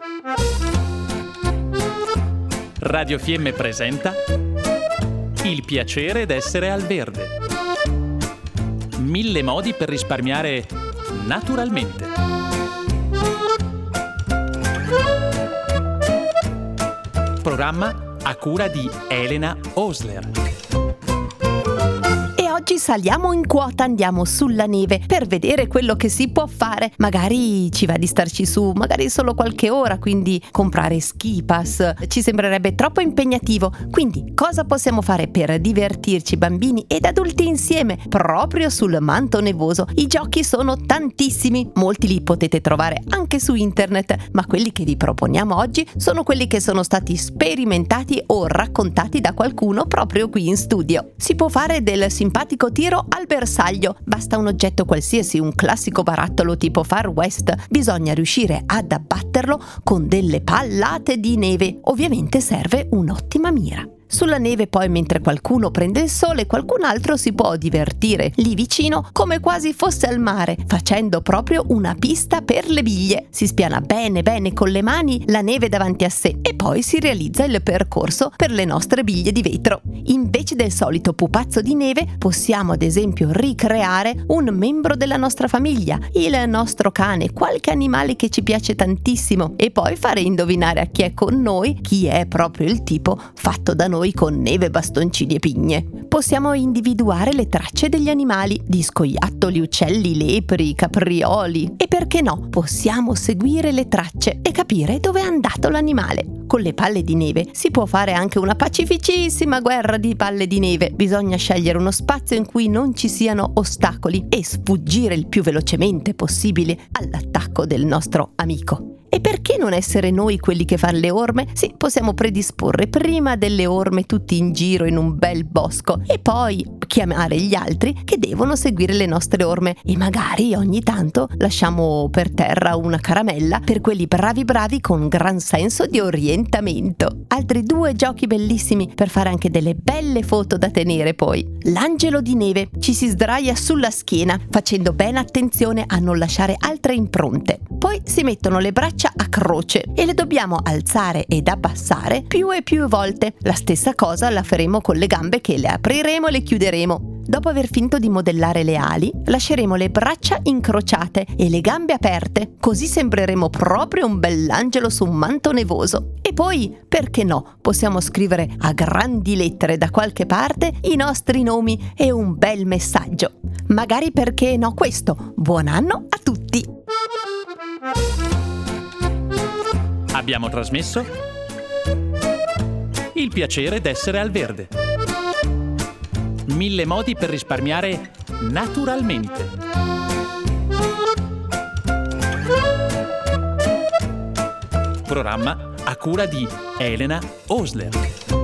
Radio Fiemme presenta Il piacere d'essere al verde. 1000 modi per risparmiare naturalmente. Programma a cura di Elena Osler. Oggi saliamo in quota, andiamo sulla neve per vedere quello che si può fare. Magari ci va di starci su, magari solo qualche ora, quindi comprare ski pass ci sembrerebbe troppo impegnativo. Quindi cosa possiamo fare per divertirci, bambini ed adulti insieme, proprio sul manto nevoso? I giochi sono tantissimi, molti li potete trovare anche su internet, ma quelli che vi proponiamo oggi sono quelli che sono stati sperimentati o raccontati da qualcuno proprio qui in studio. Si può fare del simpatico tiro al bersaglio. Basta un oggetto qualsiasi, un classico barattolo tipo Far West. Bisogna riuscire ad abbatterlo con delle pallate di neve. Ovviamente serve un'ottima mira. Sulla neve poi, mentre qualcuno prende il sole, qualcun altro si può divertire lì vicino come quasi fosse al mare, facendo proprio una pista per le biglie. Si spiana bene bene con le mani la neve davanti a sé e poi si realizza il percorso per le nostre biglie di vetro. Invece del solito pupazzo di neve, possiamo ad esempio ricreare un membro della nostra famiglia, il nostro cane, qualche animale che ci piace tantissimo, e poi fare indovinare a chi è con noi chi è proprio il tipo fatto da noi con neve, bastoncini e pigne. Possiamo individuare le tracce degli animali, di scoiattoli, uccelli, lepri, caprioli, e perché no, possiamo seguire le tracce e capire dove è andato l'animale. Con le palle di neve si può fare anche una pacificissima guerra di palle di neve. Bisogna scegliere uno spazio in cui non ci siano ostacoli e sfuggire il più velocemente possibile all'attacco del nostro amico. E perché non essere noi quelli che fanno le orme? Sì, possiamo predisporre prima delle orme tutti in giro in un bel bosco e poi chiamare gli altri che devono seguire le nostre orme, e magari ogni tanto lasciamo per terra una caramella per quelli bravi con gran senso di orientamento. Altri 2 giochi bellissimi per fare anche delle belle foto da tenere poi. L'angelo di neve: ci si sdraia sulla schiena facendo bene attenzione a non lasciare altre impronte. Poi si mettono le braccia a croce e le dobbiamo alzare ed abbassare più e più volte. La stessa cosa la faremo con le gambe, che le apriremo e le chiuderemo. Dopo aver finito di modellare le ali, lasceremo le braccia incrociate e le gambe aperte, così sembreremo proprio un bell'angelo su un manto nevoso. E poi, perché no, possiamo scrivere a grandi lettere da qualche parte i nostri nomi e un bel messaggio. Magari, perché no, questo: buon anno a tutti! Abbiamo trasmesso Il piacere d'essere al verde. 1000 modi per risparmiare naturalmente. Programma a cura di Elena Osler.